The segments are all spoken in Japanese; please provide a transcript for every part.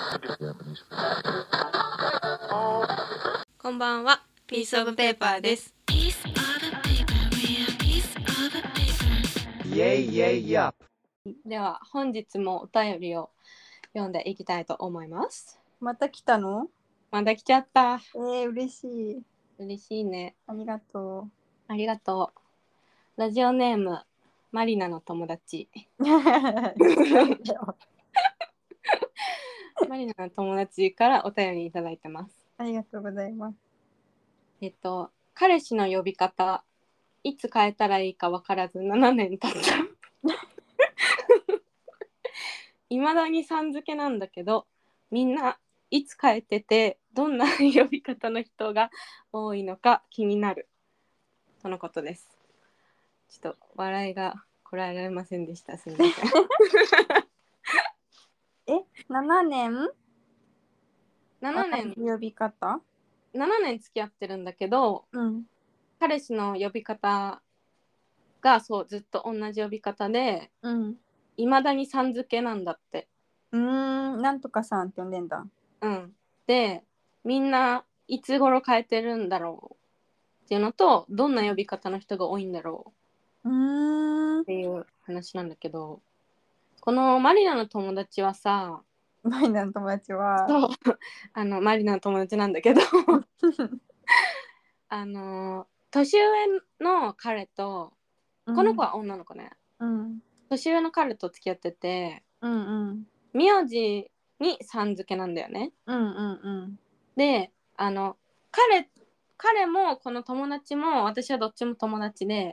こんばんは、ピースオブペーパーです。 イェイイェイヤップ。 では本日もお便りを読んでいきたいと思います。 また来たの？ まだ来ちゃった。 嬉しい。 嬉しいね。 ありがとありがとう。ラジオネームマリナの友達。 う。 マリナの友達からお便りいただいてます。 ありがとうございます。 彼氏の呼び方いつ変えたらいいか分からず7年経った。未だにさん付けなんだけど、みんないつ変えててどんな呼び方の人が多いのか気になるとのことです。ちょっと笑いがこらえられませんでした。すみません。 7年 7年呼び方 7年付き合ってるんだけど、彼氏の呼び方がそうずっと同じ呼び方で、未だにさん付けなんだって。 なんとかさんって呼んでんだ。 で、みんないつ頃変えてるんだろうっていうのと、どんな呼び方の人が多いんだろうっていう話なんだけど、このマリナの友達はさ、 マリナの友達はそうマリナの友達なんだけど年上の彼と、この子は女の子ね、年上の彼と付き合ってて、名字にさん付けなんだよね。で、彼もこの友達も私はどっちも友達で、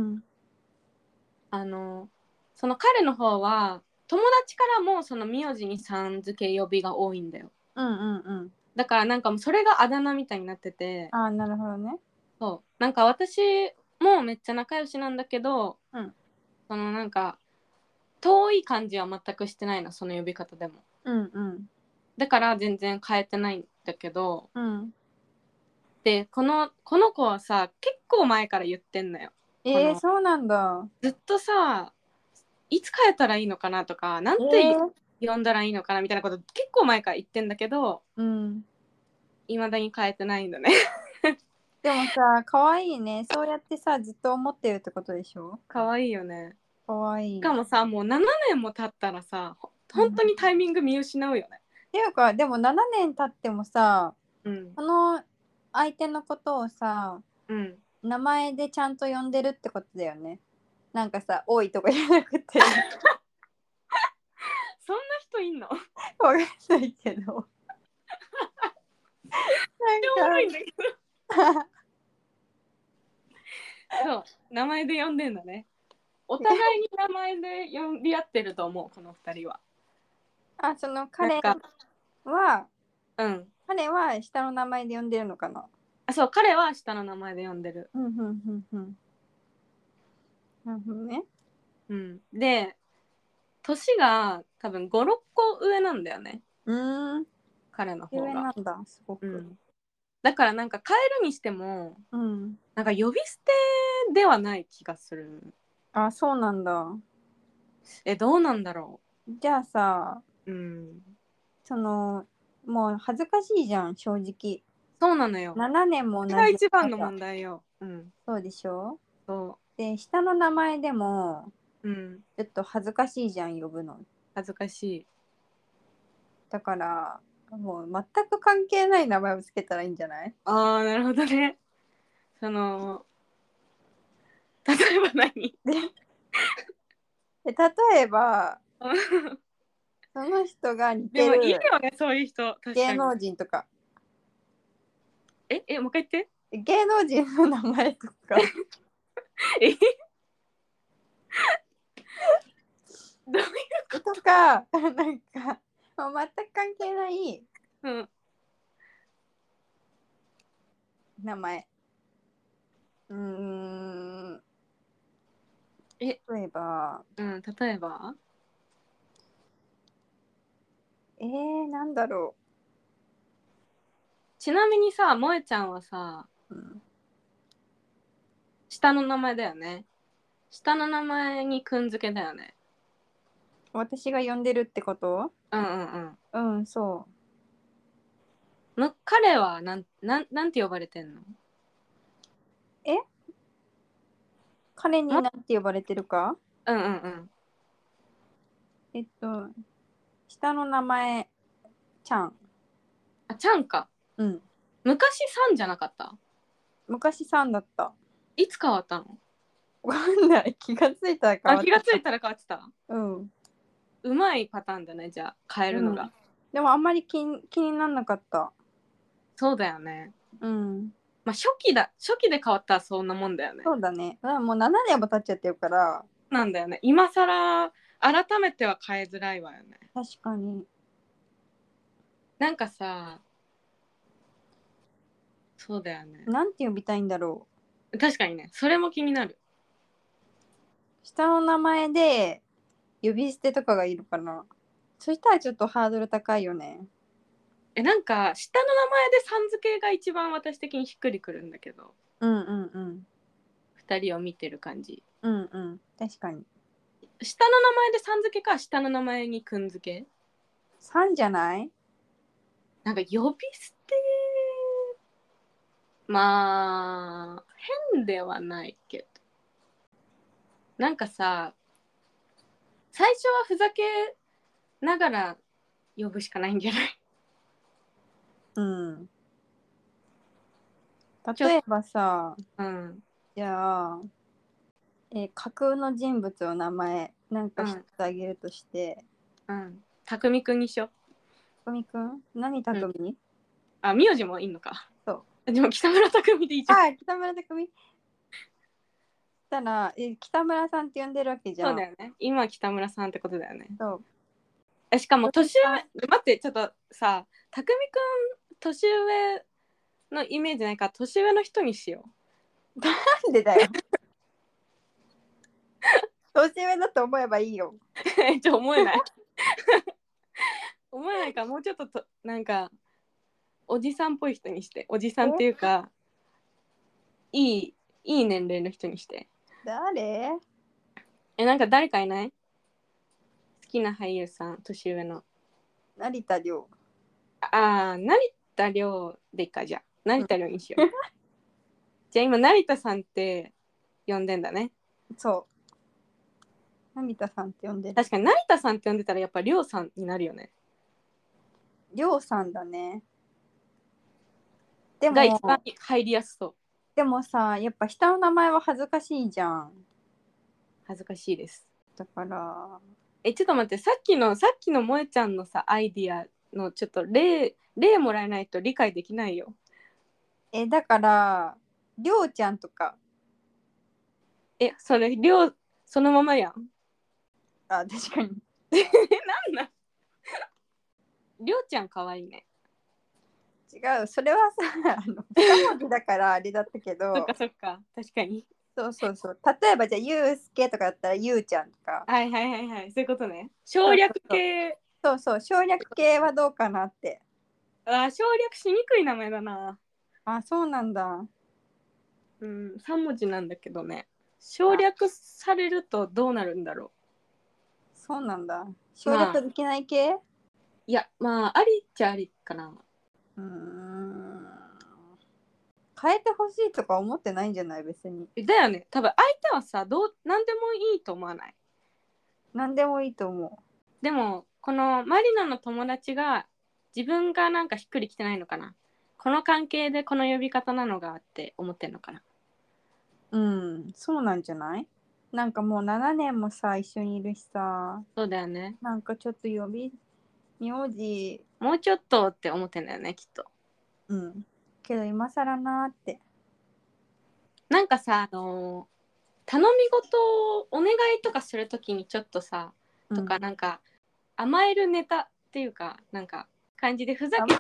その彼の方は友達からもその名字にさん付け呼びが多いんだよ。だからなんかもうそれがあだ名みたいになってて。 なるほどね。 そうなんか私もめっちゃ仲良しなんだけど、そのなんか遠い感じは全くしてないの、その呼び方でも。だから全然変えてないんだけど、でこの子はさ結構前から言ってんのよ。 そうなんだ。 ずっとさ、いつ変えたらいいのかなとか、なんて呼んだらいいのかなみたいなこと結構前から言ってんだけど、未だに変えてないんだね。 でもさ、可愛いね。そうやってさ、ずっと思ってるってことでしょ。 可愛いよね。 可愛い。 しかもさ、もう7年も経ったらさ、本当にタイミング見失うよね。 っていうか、でも7年経ってもさ、 この相手のことをさ、名前でちゃんと呼んでるってことだよね。なんかさ、多いとかじゃなくて。 そんな人いんの？ わかんないけど。なんかおもろいんだけど。そう、名前で呼んでんだね。お互いに名前で呼び合ってると思う、この2人は。 その彼は、彼は下の名前で呼んでるのかな。 そう、彼は下の名前で呼んでる。 なるほどね。 で、年が多分5、6個上なんだよね。彼の方が。 上なんだ、すごく。 だからなんか変えるにしても、なんか呼び捨てではない気がする。 そうなんだ。 どうなんだろう。じゃあさ、そのもう恥ずかしいじゃん、正直。 そうなのよ。 7年も同じ。 それが一番の問題よ。 そうでしょ。 そう。 で、下の名前でも、ちょっと恥ずかしいじゃん、呼ぶの。 恥ずかしい。 だから、もう全く関係ない名前をつけたらいいんじゃない？ なるほどね。例えば何？ 例えば、その人が似てる。 でもいいよね、そういう人。確かに芸能人とか。 もう一回言って。 芸能人の名前とか。 どういうことか、なんか、もう全く関係ない、名前。例えば。 例えばなんだろう。 ちなみにさ、萌ちゃんはさ、下の名前だよね。下の名前にくんづけだよね。 私が呼んでるってこと？ そ彼はなんて呼ばれてんの？ 彼になんて呼ばれてるか？ うんうんうん。 下の名前、ちゃん。 あ、ちゃんか。 うん。 昔さんじゃなかった？ 昔さんだった。 いつ変わったの？ わかんない。気がついたら変わってた。 気がついたら変わってた。 うん。 うまいパターンだね、じゃあ変えるのが。 でもあんまり気になんなかった。 そうだよね。 うん。 まあ初期で変わったらそんなもんだよね。 そうだね。もう7年も経っちゃってるから。 なんだよね。今更改めては変えづらいわよね。 確かに。 なんかさ、そうだよね。 なんて呼びたいんだろ確かにね、それも気になる。 下の名前で呼び捨てとかがいるかな。そしたらちょっとハードル高いよね。 なんか下の名前でさん付けが一番私的にしっくりくるんだけど、 うんうんうん。 2人を見てる感じ。 うんうん。確かに。 下の名前でさん付けか、下の名前にくん付け。 3じゃない？ なんか呼び捨て、まあ変ではないけど、なんかさ、最初はふざけながら呼ぶしかないんじゃない？ うん。例えばさ、 うん。 じゃあ、架空の人物の名前なんか一つあげるとして、 うん。たくみくんにしよたくみくん何たくみ？ あ、名字もいいのか。 そう。 でも北村匠海でいいじゃん。 北村たくみ。したら、北村さんって呼んでるわけじゃん。 そうだよね。今北村さんってことだよね。 そう。 しかも年上、待って、ちょっとさ、匠くん年上のイメージないから、年上の人にしよう。なんでだよ。年上だと思えばいいよ。 思えない。思えないから、もうちょっとなんか、おじさんっぽい人にして。おじさんっていうか、いい年齢の人にして。 誰？ なんか誰かいない？好きな俳優さん、年上の。 成田凌。 成田凌でいいか、じゃあ。成田凌にしよう。じゃあ今、成田さんって呼んでんだね。 そう。成田さんって呼んでる。 確かに成田さんって呼んでたらやっぱ凌さんになるよね。 凌さんだね。でもが一番入りやすそう。 でもさ、やっぱ下の名前は恥ずかしいじゃん。 恥ずかしいです。 だから。 ちょっと待って、さっきの萌ちゃんのさ、アイディアのちょっと例もらえないと理解できないよ。 だから、りょうちゃんとか。 それ、そのままやん。 あ、確かに。 なんりょうちゃんかわいいね。 違う、それはさ、2文字だからあれだったけど。 そっかそっか、確かに。 そうそうそう。例えばじゃあ、ゆうすけとかだったらゆうちゃんとか。 はいはいはいはい、そういうことね。省略系。 そうそう、省略系はどうかなって。 省略しにくい名前だな。 あ、そうなんだ。 うん、3文字なんだけどね。省略されるとどうなるんだろそうなんだ。省略できない系、 いや、まあ、ありっちゃありかな。 変えてほしいとか思ってないんじゃない？別に。 だよね。多分相手はさ、何でもいいと思わない？ 何でもいいと思でも、このマリナの友達が自分がなんかしっくりきてないのかな。この関係でこの呼び方なのがって思ってんのかな。 う。そうなんじゃない？なんかもう7年もさ、一緒にいるしさ、 そうだよね。 なんかちょっと名字、 もうちょっとって思ってんだよね、きっと。 けど今更なーって。 なんかさ、頼み事をお願いとかするときにちょっとさ、とかなんか甘えるネタっていうか、なんか感じでふざけてさ、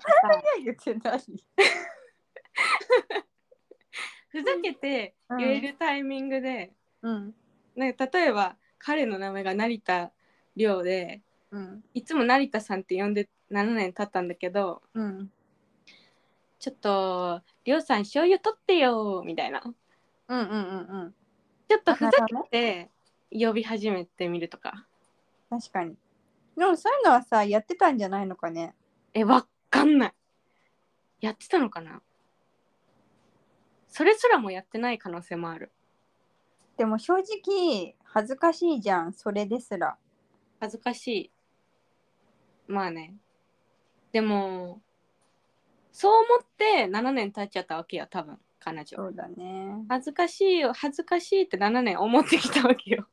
ふざけて言えるタイミングで、なんか例えば彼の名前が成田凌で、いつも成田さんって呼んで7年経ったんだけど、ちょっと凌さん醤油取ってよみたいな、ちょっとふざけて呼び始めてみるとか。 確かに。でもそういうのはさ、やってたんじゃないのかね。 わかんない。やってたのかな。それすらもやってない可能性もある。 でも正直恥ずかしいじゃん、それですら。 恥ずかしい。まあね。でもそう思って7年経っちゃったわけよ、多分彼女。 そうだね。 恥ずかしいよ恥ずかしいって7年思ってきたわけよ。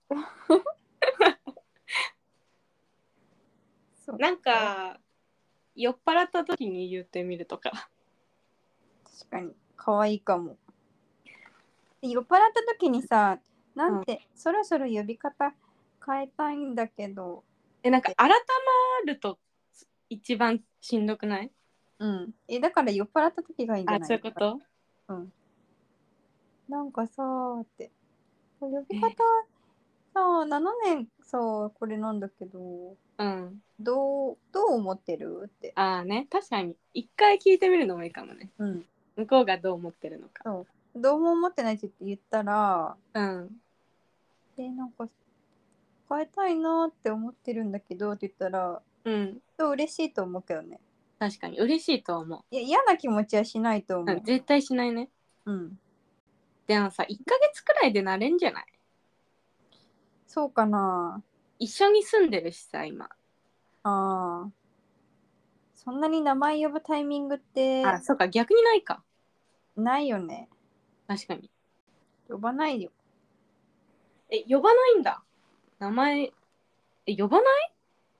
なんか酔っ払った時に言ってみるとか。 確かに可愛いかも。酔っ払った時にさ、なんて、そろそろ呼び方変えたいんだけど。 なんか改まると一番しんどくない？ うん。だから酔っ払った時がいいんじゃない？ そういうこと？ うん。なんかさーって。呼び方さ、7年さ、これなんだけど、 うん。 どう思ってるって。 ね、確かに一回聞いてみるのもいいかもね。 うん。 向こうがどう思ってるのか。 そう。どうも思ってないって言ったら、 うん。 なんか変えたいなって思ってるんだけどって言ったら、 うん。 嬉しいと思うけどね。 確かに嬉しいと思う。 嫌な気持ちはしないと思う。 絶対しないね。 うん。 でもさ、1ヶ月くらいでなれんじゃない？ そうかな。 一緒に住んでるしさ、今。 ああ。そんなに名前呼ぶタイミングってそうか、逆にないか。 ないよね。 確かに。 呼ばないよ。 呼ばないんだ。名前、呼ばない？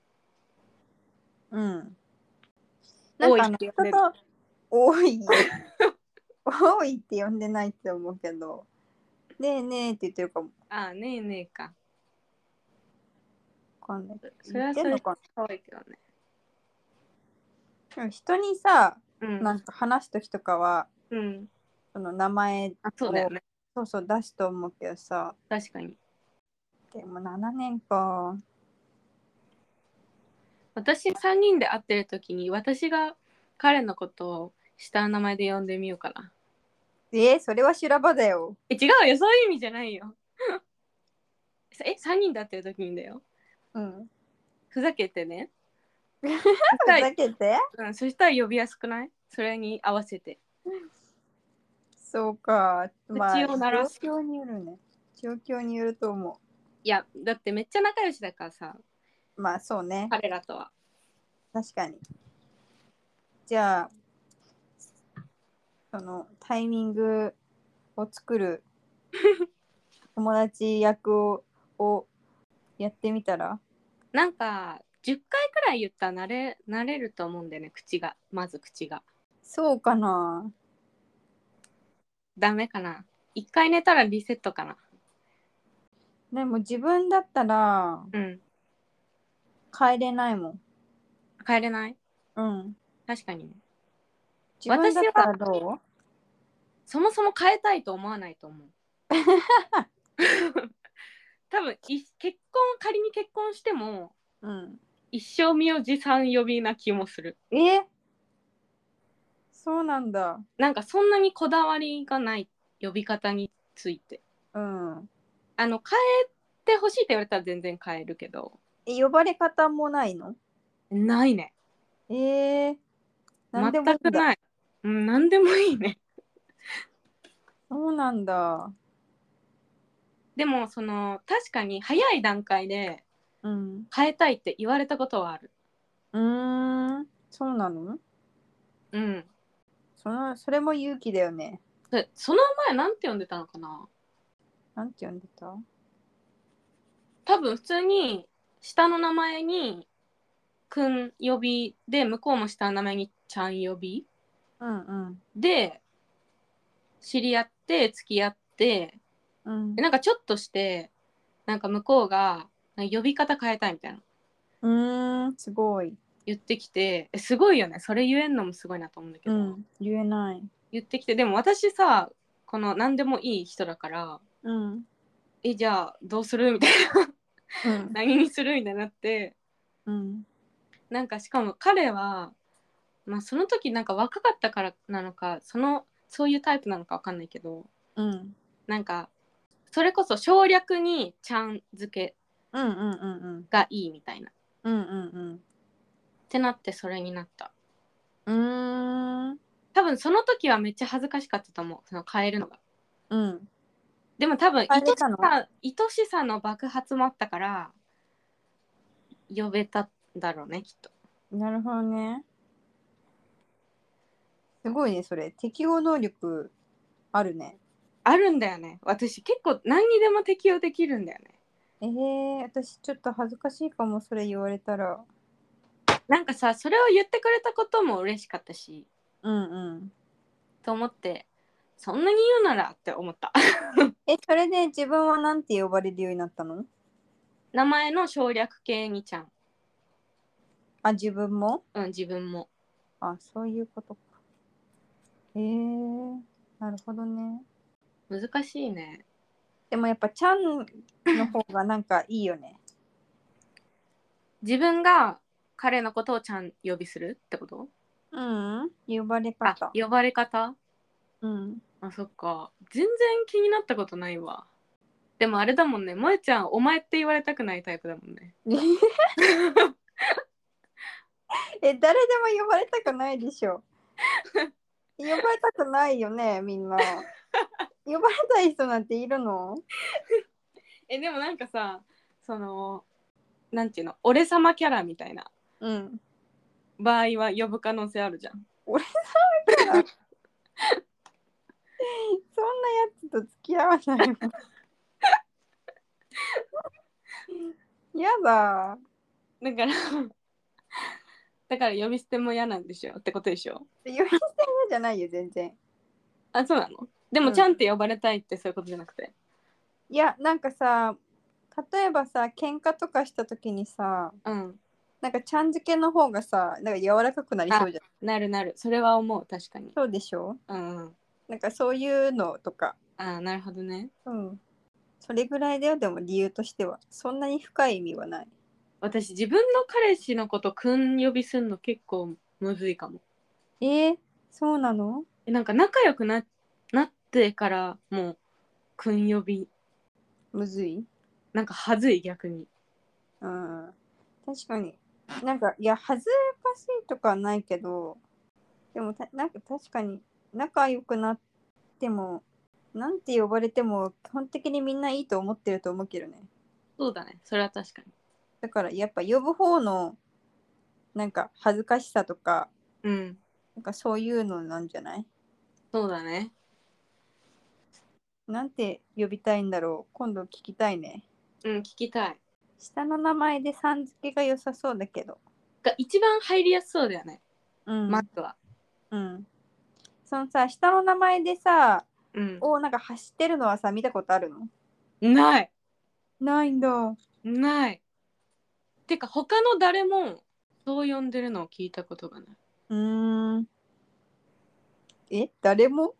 うん。なんか人と多い。多いって呼んでないって思うけど、ねえねえって言ってるかも。 ねえねえか。 わかんない。 それはそれで可愛いけどね。 でも人にさ、 うんなんか話すときとかは、 うん。 その名前そうだよね。 そう出すと思うけどさ、 確かに。 でも7年か。 私3人で会ってる時に私が彼のことを下の名前で呼んでみようかな。 それは修羅場だよ。 違うよ、そういう意味じゃないよ。3人で会ってる時にだよ。 うん。 ふざけてね。 ふざけて。 そしたら呼びやすくない？それに合わせて。 そうか。まあ、 口を鳴らす。 状況によるね。状況によると思う。 いや、だってめっちゃ仲良しだからさ。 まあ、そうね。 彼らとは。 確かに。じゃあ、そのタイミングを作る友達役をやってみたら？ なんか10回くらい言ったら慣れると思うんだよね、まず口が。 そうかな。 ダメかな。1回寝たらリセットかな。 でも自分だったら帰れないもん。 帰れない？ うん。 確かにね。 自分だったらどう？ そもそも変えたいと思わないと思う。多分仮に結婚しても、一生名字さん呼びな気もする。 そうなんだ。 なんかそんなにこだわりがない呼び方について。 うん。 変えてほしいって言われたら全然変えるけど。 呼ばれ方もないの？ ないね。 なんでもいいんだ。 全くない。なんでもいいね。 そうなんだ。 でも確かに早い段階で変えたいって言われたことはある。 そうなの？ うん。 それも勇気だよね。 その前なんて呼んでたのかな？ なんて呼んでた？ 多分普通に下の名前にくん呼びで、向こうも下の名前にちゃん呼び、で知り合って付き合って、なんかちょっとしてなんか向こうが呼び方変えたいみたいな。すごい。 言ってきて、すごいよね。それ言えんのもすごいなと思うんだけど、 言えない。 言ってきて、でも私さ、この何でもいい人だから、じゃあどうするみたいな、何にするみたいになって、なんかしかも彼は、その時なんか若かったからなのか、そういうタイプなのか分かんないけど、なんかそれこそ省略にちゃん付けがいいみたいな、ってなってそれになった。 多分その時はめっちゃ恥ずかしかったと思う、その変えるのが。 うん。 でも多分変えれたの？ 愛しさの爆発もあったから呼べたんだろうね、きっと。 なるほどね。すごいね、それ。適応能力あるね。 あるんだよね。私結構何にでも適用できるんだよね。 私ちょっと恥ずかしいかも、それ言われたら。 なんかさ、それを言ってくれたことも嬉しかったし、 うんと思って、そんなに言うならって思った。 それで自分はなんて呼ばれるようになったの？ 名前の省略形にちゃん。 あ、自分も？ うん、自分も。 あ、そういうことか。なるほどね。 難しいね。 でもやっぱちゃんの方がなんかいいよね。 自分が彼のことをちゃん呼びするってこと？ 呼ばれあ、 方。 呼ばれ方？ うん。 あ、そっか。全然気になったことないわ。でもあれだもんね、萌ちゃん、お前って言われたくないタイプだもんね。 誰でも呼ばれたくないでしょ。呼ばれたくないよね、みんな。呼ばれたい人なんているの？ でもなんかさ、その、なんていうの、俺様キャラみたいなうん。 場合は呼ぶ可能性あるじゃん。 俺様キャラそんなやつと付き合わないもん。やだ。 だからだから呼び捨ても嫌なんでしょってことでしょ。 呼び捨てじゃないよ、全然。 あ、そうなの？でもちゃんって呼ばれたいってそういうことじゃなくて。 いや、なんかさ、例えばさ、喧嘩とかした時にさ、 うん。 なんかちゃん付けの方がさ、なんか柔らかくなりそうじゃん。 なるなる。それは思う、確かに。 そうでしょ？ うんうん。 なんかそういうのとか。 なるほどね。 うん。それぐらいだよ、でも理由としては。そんなに深い意味はない。 私、自分の彼氏のことくん呼びすんの結構むずいかも。 そうなの？ なんか仲良くなってからもうくん呼び、 むずい？ なんかはずい逆に。 うん。確かに。なんか、いや、恥ずかしいとかはないけど、でもなんか確かに仲良くなっても、なんて呼ばれても基本的にみんないいと思ってると思うけどね。 そうだね。それは確かに。 だからやっぱ呼ぶ方のなんか恥ずかしさとか、 うん。 なんかそういうのなんじゃない？ そうだね。 なんて呼びたいんだろう。今度聞きたいね。 うん、聞きたい。 下の名前でさん付けが良さそうだけど。 が一番入りやすそうだよね。 うん。 まずは。 うん。そのさ、下の名前でさ、 うん。 なんか走ってるのはさ、見たことあるの？ ない。 ないんだ。 ない。てか他の誰もそう呼んでるのを聞いたことがない。 誰も？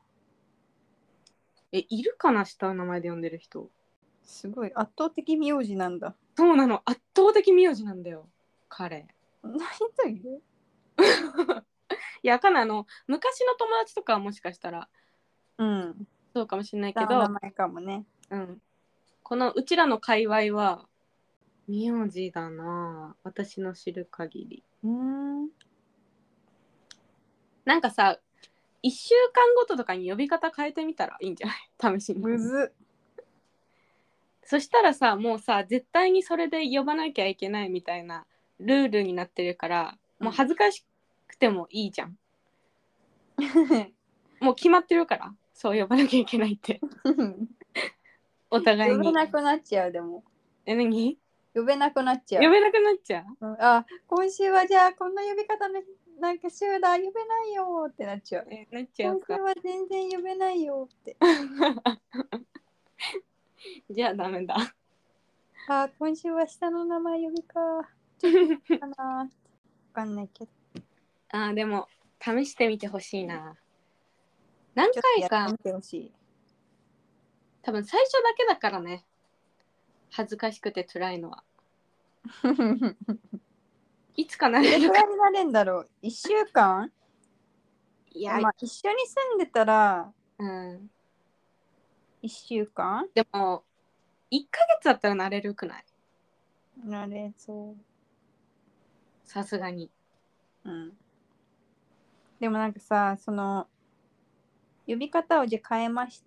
いるかな、下の名前で呼んでる人。 すごい圧倒的名字なんだ。 そうなの。圧倒的名字なんだよ。彼。 そんな人いる？ いや、かな、昔の友達とかはもしかしたらうん。 そうかもしれないけ下の名ど、 前かもね。 うん。このうちらの界隈は、名字だな。私の知る限り。なんかさ、1週間ごととかに呼び方変えてみたらいいんじゃない試しに。 むずっ。 そしたらさ、もうさ、絶対にそれで呼ばなきゃいけないみたいなルールになってるから、もう恥ずかしくてもいいじゃん。もう決まってるから、そう呼ばなきゃいけないって。お互いに。 呼べなくなっちゃう、でも。 何？ 呼べなくなっちゃう。 呼べなくなっちゃう？ 今週はじゃあこんな呼び方のなんか週だ、呼べないよってなっちゃう。 なっちゃうか。 今週は全然呼べないよって。 じゃあダメだ。 今週は下の名前呼びか。ちょっとかな。わかんないけど。 でも試してみてほしいな。何ちょっとや回か。 ってみてほしい。 多分最初だけだからね。恥ずかしくて辛いのは。いつかなどれるか。 れくらいになれんだろう？ 1 週間？ いや、 一緒に住んでたらうん。 1週間でも1ヶ月だったらなれるくない？ なれそさすがに。 う。うん。 でもなんかさ、その呼び方をじゃあ変えました。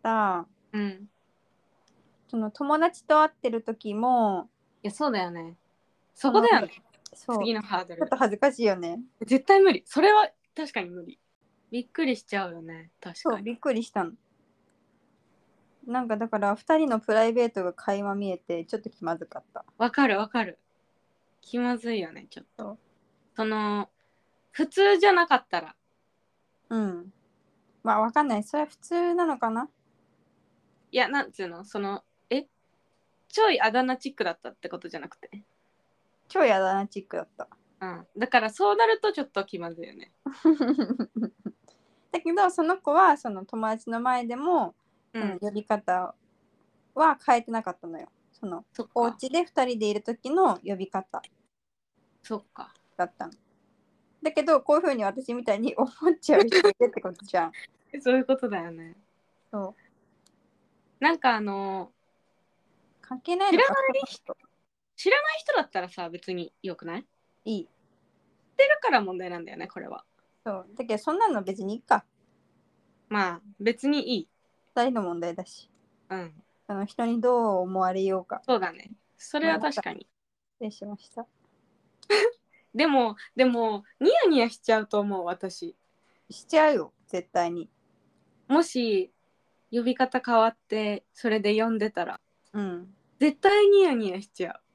うん。 その友達と会ってる時も、 いや、そうだよね。そそのこだよね。 そう次のハードル。 ちょっと恥ずかしいよね。 絶対無理。それは確かに無理。びっくりしちゃうよね。確かに。 そうびっくりしたの。なんかだから2人のプライベートが垣間見えてちょっと気まずかった。 わかるわかる。気まずいよね、ちょっと。 そうその、普通じゃなかったら。 うん。まあわかんない。それは普通なのかな。 いや、なんつうの、ちょいあだ名チックだったってことじゃなくて。 超やだなチックだった。 うん。だからそうなるとちょっと気まずいよね。 だけどその子はその友達の前でも、そのうん。 呼び方は変えてなかったのよ。そのそっか。 お家で2人でいる時の呼び方そっか。 だったの。だけどこういうふうに私みたいに思っちゃう人がいるってことじゃん。 そういうことだよね。 そうなんか関係ない知らなのか。 知らない人だったらさ、別に良くない？知っいい。 てるから問題なんだよね、これは。 そうだけどそんなの別にいいか。 まあ、別にいい。 2人の問題だし。 うん。 その人にどう思われようか。 そうだね。それは確かに。 失礼しました。 でも、ニヤニヤしちゃうと思う、私。 しちゃうよ絶対に。 もし、呼び方変わって、それで呼んでたら、 うん。 絶対ニヤニヤしちゃ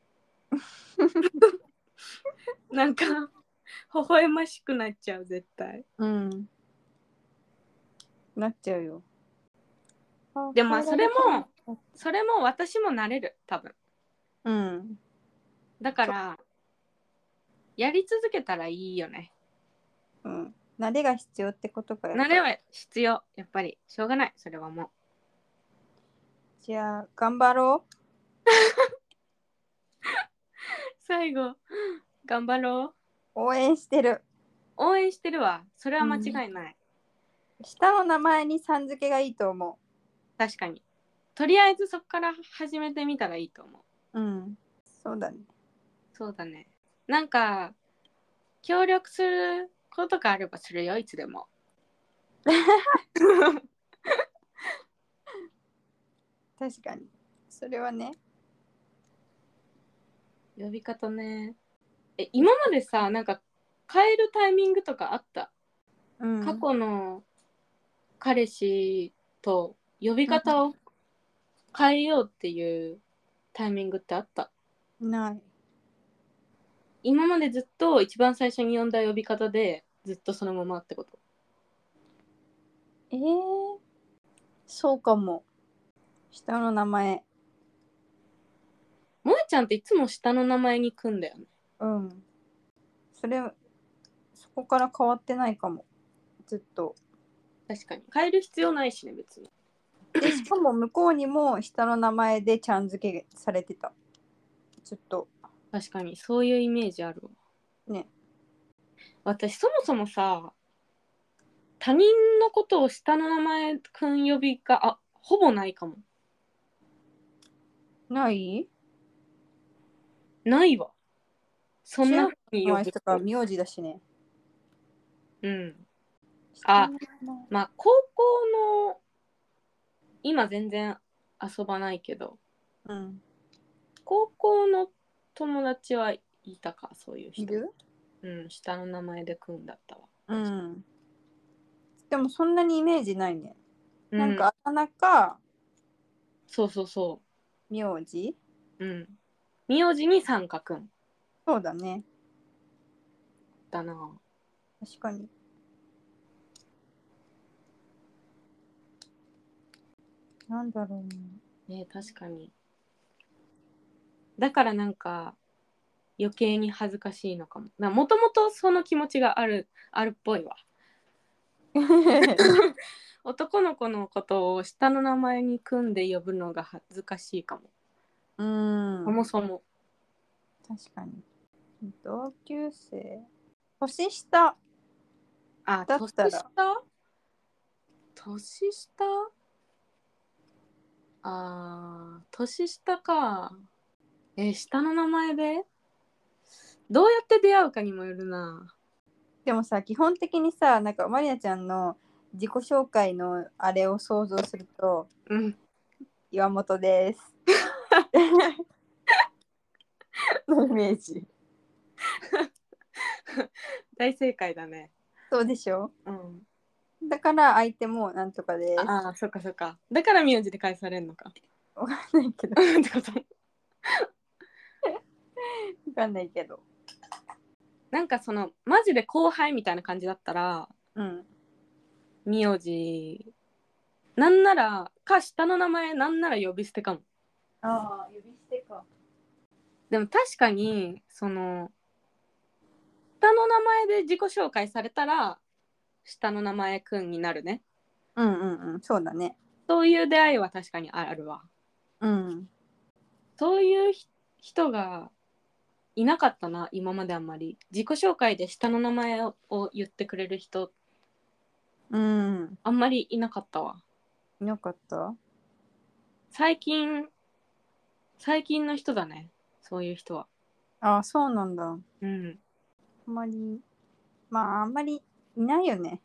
う。なんか、微笑ましくなっちゃう、絶対。 うん。なっちゃうよ。 でもまあ、それも私もなれる、多分。 うん。 だから、やり続けたらいいよね。 うん。慣れが必要ってことかやっぱり。 慣れは必要、やっぱり。しょうがない、それはもう。 じゃあ、頑張ろ最後、頑張ろう。応援してる。 う。応援してるわ。それは間違いない。 下の名前にさん付けがいいと思確かに。とりあえずそこから始めてみたらいいと思う。 う。うん。そうだね。 そうだね。なんか、協力することがあればするよ、いつでも。 確かに。それはね。 呼び方ね。今までさ、なんか変えるタイミングとかあった？ うん。 過去の彼氏と呼び方を変えようっていうタイミングってあった？ ない。 今までずっと一番最初に呼んだ呼び方でずっとそのままってこと？ そうかも。下の名前。 萌ちゃんっていつも下の名前に組んだよね。 うん。そこから変わってないかも。ずっと。 確かに。変える必要ないしね、別に。 で、しかも向こうにも下の名前でちゃん付けされてた。ずっと。 確かに、そういうイメージあるわ。 ね。 私、そもそもさ、他人のことを下の名前組呼びが、ほぼないかも。 ない？ ないわ。そんな中ふうにの呼ぶ人。 人か名字だしね。 うん。 下の名前まあ、高校の、今全然遊ばないけど、 うん。 高校の友達はいたか、そういう人。 いる？ うん、下の名前で組んだったわ。 うん。でもそんなにイメージないね。 うん、 なんかあだ名かそうそうそ名字？ う。うん。名字に三角んそうだね。 だな。 確かに。なんだろうね。 確かに。だからなんか余計に恥ずかしいのかも。もともとその気持ちがあるっぽいわ。男の子のことを下の名前に組んで呼ぶのが恥ずかしいかも。 うん。 そもそも。 確かに。同級生。年下だった年ら。 下？年下？年下か。下の名前でどうやって出会うかにもよるな。 でもさ、基本的にさ、なんかマリナちゃんの自己紹介のあれを想像すると、 うん。 岩本ですのイメージ。 大正解だね。 そうでしょ。 うん。 だから相手もなんとかです。 ああ、そっかそっか。だから名字で返されるのか。 わかんないけど。 ってこと。 わかんないけど。 なんかそのマジで後輩みたいな感じだったらうん。 名字なんならか下の名前なんなら呼び捨てかも。 ああ、呼び捨てか。 でも確かにその下の名前で自己紹介されたら下の名前くんになるね。 うんうんうん、そうだね。 そういう出会いは確かにあるわ。 うん。 そういう人がいなかったな、今まであんまり。自己紹介で下の名前を言ってくれる人うん。 あんまりいなかったわ。 いなかった。 最近の人だね、そういう人は。 ああ、そうなんだ。 うん。 あんまり、まあ、あんまりいないよね。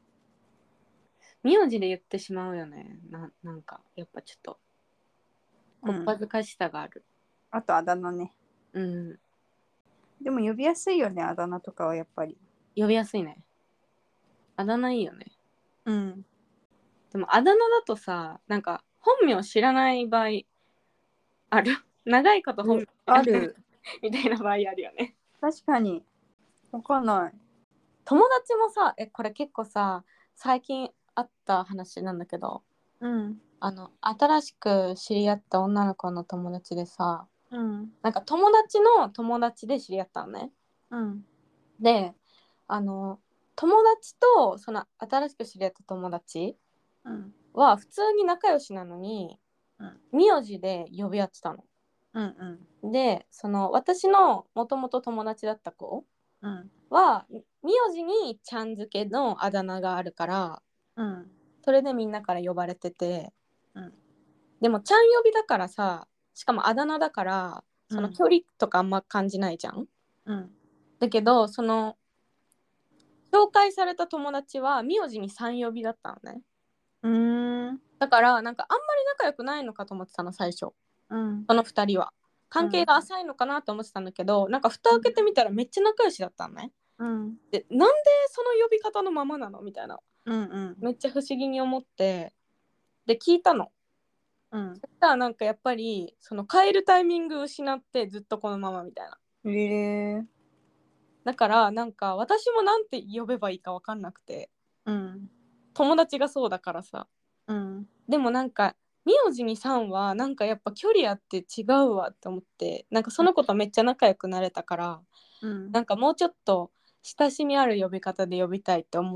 名字で言ってしまうよね。なんかやっぱちょっとこっうん。 ぱずかしさがある。 あとあだ名ね。 うん。 でも呼びやすいよね、あだ名とかはやっぱり。 呼びやすいね。あだ名いいよね。 うん。 でもあだ名だとさ、なんか本名知らない場合ある。長いこと本名知らないある。 みたいな場合あるよね。 確かに。わかんない。 友達もさ、これ結構さ、最近あった話なんだけど、 うん。 新しく知り合った女の子の友達でさ、 うん。 なんか友達の友達で知り合ったのね。 うん。 で、友達とその新しく知り合った友達うん。 は普通に仲良しなのに、 うん。 名字で呼び合ってたの。 うん。 で、その私のもともと友達だった子うん。 は、名字にちゃん付けのあだ名があるから、 うん。 それでみんなから呼ばれてて、 うん。 でもちゃん呼びだからさ、しかもあだ名だから、その距離とかあんま感じないじゃん。 うん。 だけど、その紹介された友達は名字に3呼びだったのね。 うん。 だからなんかあんまり仲良くないのかと思ってたの、最初。 うん。 その2人は関係が浅いのかなと思ってたんだけど、なんか蓋を開けてみたらめっちゃ仲良しだったのね。 うん。 で、なんでその呼び方のままなのみたいな、 うん。 めっちゃ不思議に思って、で聞いたの。 うん。 そしたらなんかやっぱりその変えるタイミング失ってずっとこのままみたいな。 ええ。 だからなんか私もなんて呼べばいいか分かんなくて、 うん。 友達がそうだからさ。 うん。 でもなんか名字にさんはなんかやっぱ距離あって違うわって思って、なんかその子とめっちゃ仲良くなれたから、 うん。 なんかもうちょっと親しみある呼び方で呼びたいって思って、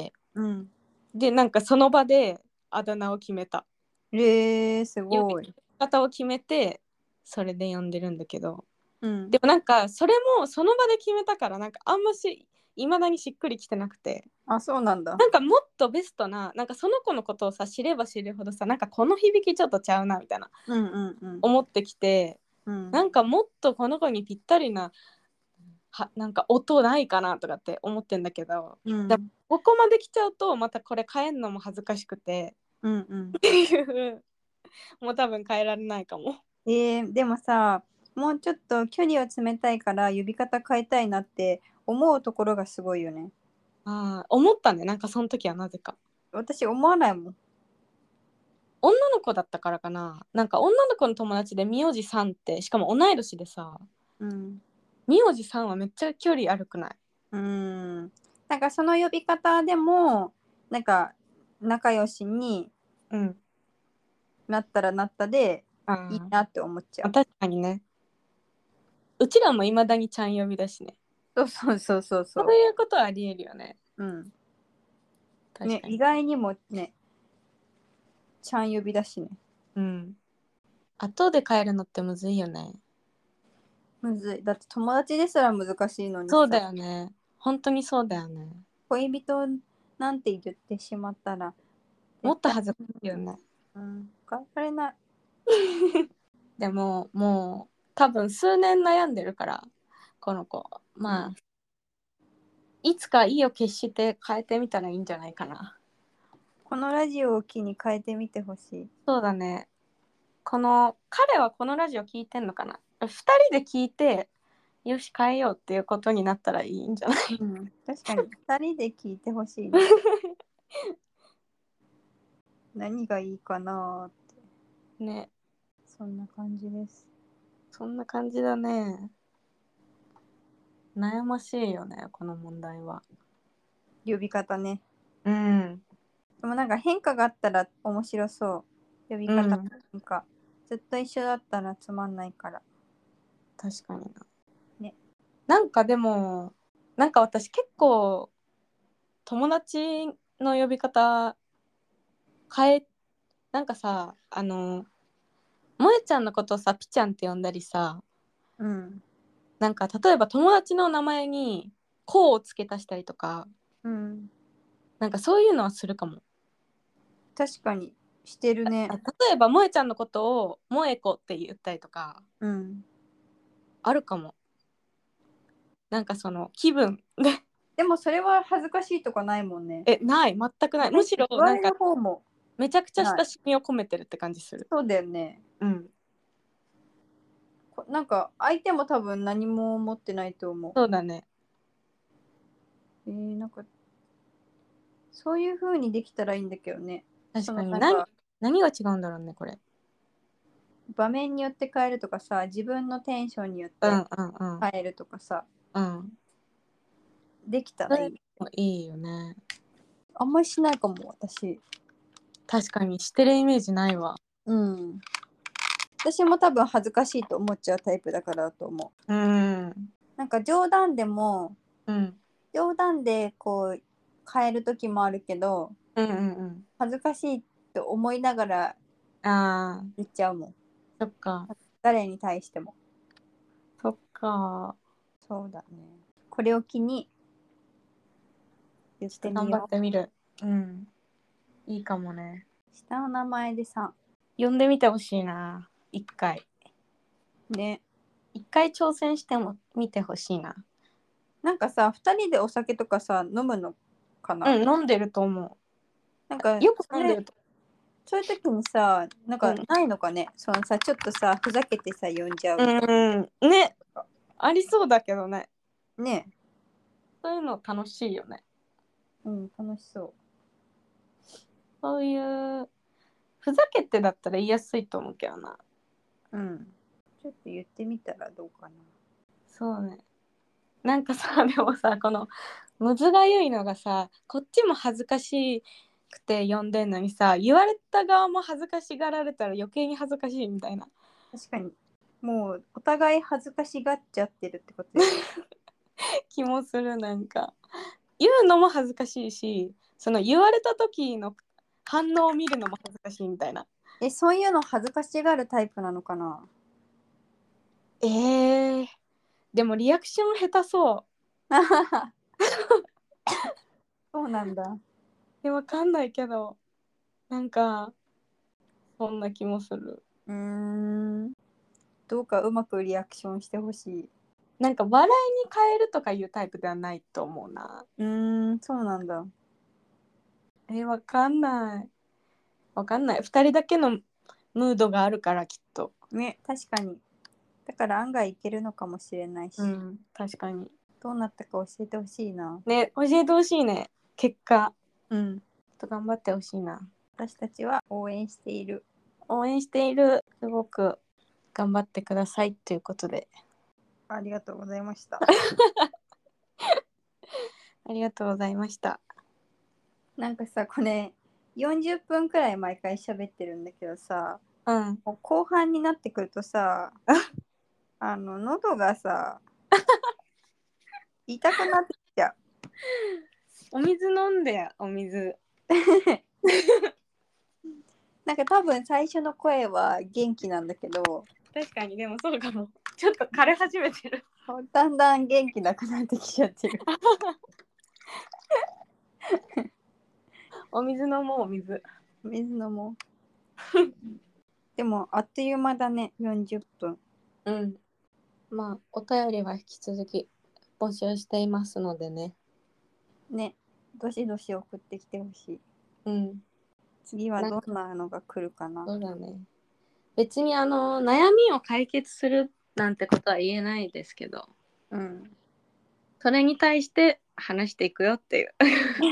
うん。 でなんかその場であだ名を決めた。 ええ、す呼びごい。 方を決めてそれで呼んでるんだけど、 うん。 でもなんかそれもその場で決めたからなんかあんまし未だにしっくりきてなくて、 あ、そうなんだ。 なんかもっとベストな、なんかその子のことをさ知れば知るほどさ、なんかこの響きちょっとちゃうなみたいなうんうんうん。 思ってきて、 うん。 なんかもっとこの子にぴったりななんか音ないかなとかって思ってんだけど、でもうん。 ここまで来ちゃうとまたこれ変えんのも恥ずかしくてうんうん。 っていうもう多分変えられないかも。 でもさ、もうちょっと距離を詰めたいから呼び方変えたいなって思うところがすごいよね。 ああ、思ったね、なんかその時はなぜか。 私思わないもん。 女の子だったからかな、なんか女の子の友達で名字さんってしかも同い年でさ、 うん。 名字さんはめっちゃ距離悪くない？ うん。なんかその呼び方でも、なんか仲良しにうん。 なったらなったであいいなって思っちゃあ、 う。 確かにね。うちらもいまだにちゃん呼びだしね。 そうそうそうそうそそういうことはありえるよね。 う。うん。ね、 確かに。 意外にもね、ちゃん呼びだしね。 うん。後で帰るのってむずいよね。 むずい。だって友達ですら難しいのにそうださ、 よね。本当にそうだよね。 恋人なんて言ってしまったら、 も絶対、 っと恥ずかしいよね。 うん、変えられない。 でも、もう多分数年悩んでるから、この子。まあ、 うんいつか意を決して変えてみたらいいんじゃないかな。 このラジオを機に変えてみてほしい。 そうだね。彼はこのラジオ聞いてんのかな。2人で聞いてよし変えようっていうことになったらいいんじゃない？ うん、確かに2人で聞いてほしいね。何がいいかなってね。 そんな感じです。 そんな感じだね。悩ましいよねこの問題は。 呼び方ね。 うん。 でもなんか変化があったら面白そう。呼び方うん変化。ずっと一緒だったらつまんないから。 確かにな。 ね。 なんかでもなんか私結構友達の呼び方なんかさ萌ちゃんのことをさピちゃんって呼んだりさ、 うん。 なんか例えば友達の名前にこうを付け足したりとか、 うん。 なんかそういうのはするかも。 確かにしてるね。 例えば萌ちゃんのことを萌子って言ったりとかうん。 あるかも。なんかその気分ででもそれは恥ずかしいとかないもんね。 ない全くない。むしろ言われなんかる方もめちゃくちゃない。 親しみを込めてるって感じする。 そうだよね。 うん。 なんか相手も多分何も思ってないと思そうだね。 う。なんかそういう風にできたらいいんだけどね。 確かになんか何が違うんだろうねこれ。 場面によって変えるとかさ、自分のテンションによってうんうんうん。 変えるとかさ、 うん。 できたそれらいい。 もいいよね。 あんまりしないかも、私。 確かにしてるイメージないわ。 うん。私も多分恥ずかしいと思っちゃうタイプだからだと思う。なんか冗談でも、 うん。 冗談でこう変える時もあるけど、 うんうんうん。 恥ずかしいって思いながらああ、 言っちゃうもん。 そっか。 誰に対しても。 そっか。 そうだね。これを機に言っちょっと頑張てみよってみる。うん。いいかもね。 う。下の名前でさ、 呼んでみてほしいな。一回。 ね。 一回挑戦しても見てほしいな。 なんかさ、2人でお酒とかさ、飲むのかな。 うん、飲んでると思なんか、 う。よく飲んでるとそういう時にさ、なんか思う。 ないのかね。そのさ、ちょっとさ、ふざけてさ、呼んじゃうみたいうん。うん。ね。ありそうだけどね。 な。ね。 そういうの楽しいよね。 うん、楽しそそういう、ふざけてだったら言いやすいと思うけどな。 う。うん。ちょっと言ってみたらどうかな。 そうね。なんかさ、でもさ、このむずがゆいのがさ、こっちも恥ずかしくて呼んでんのにさ、言われた側も恥ずかしがられたら余計に恥ずかしいみたいな確かに。もう、お互い恥ずかしがっちゃってるってことよね。 気もする。なんか言うのも恥ずかしいし、その言われた時の反応を見るのも恥ずかしいみたいな。 そういうの恥ずかしがるタイプなのかな。 えー、でもリアクション下手そうそうなんだ。 わかんないけど、なんかそんな気もする。 うーん。どうかうまくリアクションしてほしい。 なんか笑いに変えるとかいうタイプではないと思うな。 そうなんだ。 わかんない。わかんない。二人だけのムードがあるからきっと。 ね、確かに。だから案外いけるのかもしれないし。 うん、確かに。 どうなったか教えてほしいな。 ね、教えてほしいね。結果。 うん。 ちょっと頑張ってほしいな。 私たちは応援している。 応援している。すごく頑張ってくださいということで。 ありがとうございました。 ありがとうございました。 なんかさ、これ40分くらい毎回喋ってるんだけどさ、 うん。 もう後半になってくるとさ、喉がさ、痛くなってきちゃう。 お水飲んで、お水。 なんか多分最初の声は元気なんだけど、 確かに、でもそうかも。ちょっと枯れ始めてる。 だんだん元気なくなってきちゃってる。 お水飲もう、お水。 水飲もう。でもあっという間だね、40分。 うん。まあ、お便りは引き続き募集していますのでね。 ね、どしどし送ってきてほしい。 うん。 次はどんなのが来るかな。 そうだね。別に悩みを解決するなんてことは言えないですけど、 うん。 それに対して話していくよっていう。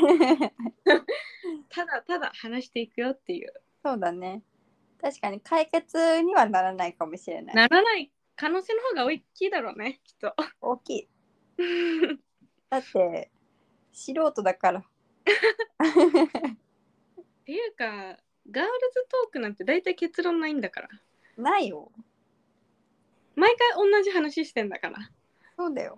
ただただ話していくよっていう。 そうだね。確かに解決にはならないかもしれない。 ならない可能性の方が大きいだろうね、きっと。 大きい。だって素人だから。 っていうか、ガールズトークなんて大体結論ないんだから。 ないよ。 毎回同じ話してんだから。 そうだよ。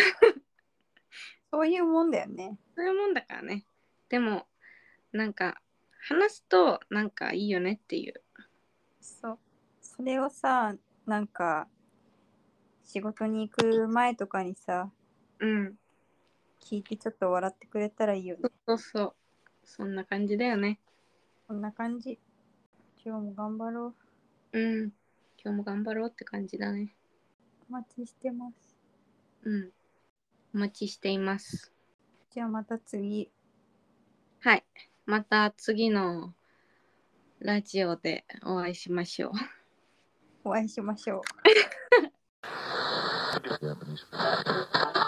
そういうもんだよね。 そういうもんだからね。でも、なんか、話すと、なんかいいよねっていう。 そう。それをさ、なんか、仕事に行く前とかにさ、 うん。 聞いてちょっと笑ってくれたらいいよね。 そうそう。そんな感じだよね。 こんな感じ。今日も頑張ろうん。今日も頑張ろうって感じだね。 う。お待ちしてます。 うん。お待ちしています。 じゃあまた次。 はい。また次のラジオでお会いしましょう。 お会いしましょう。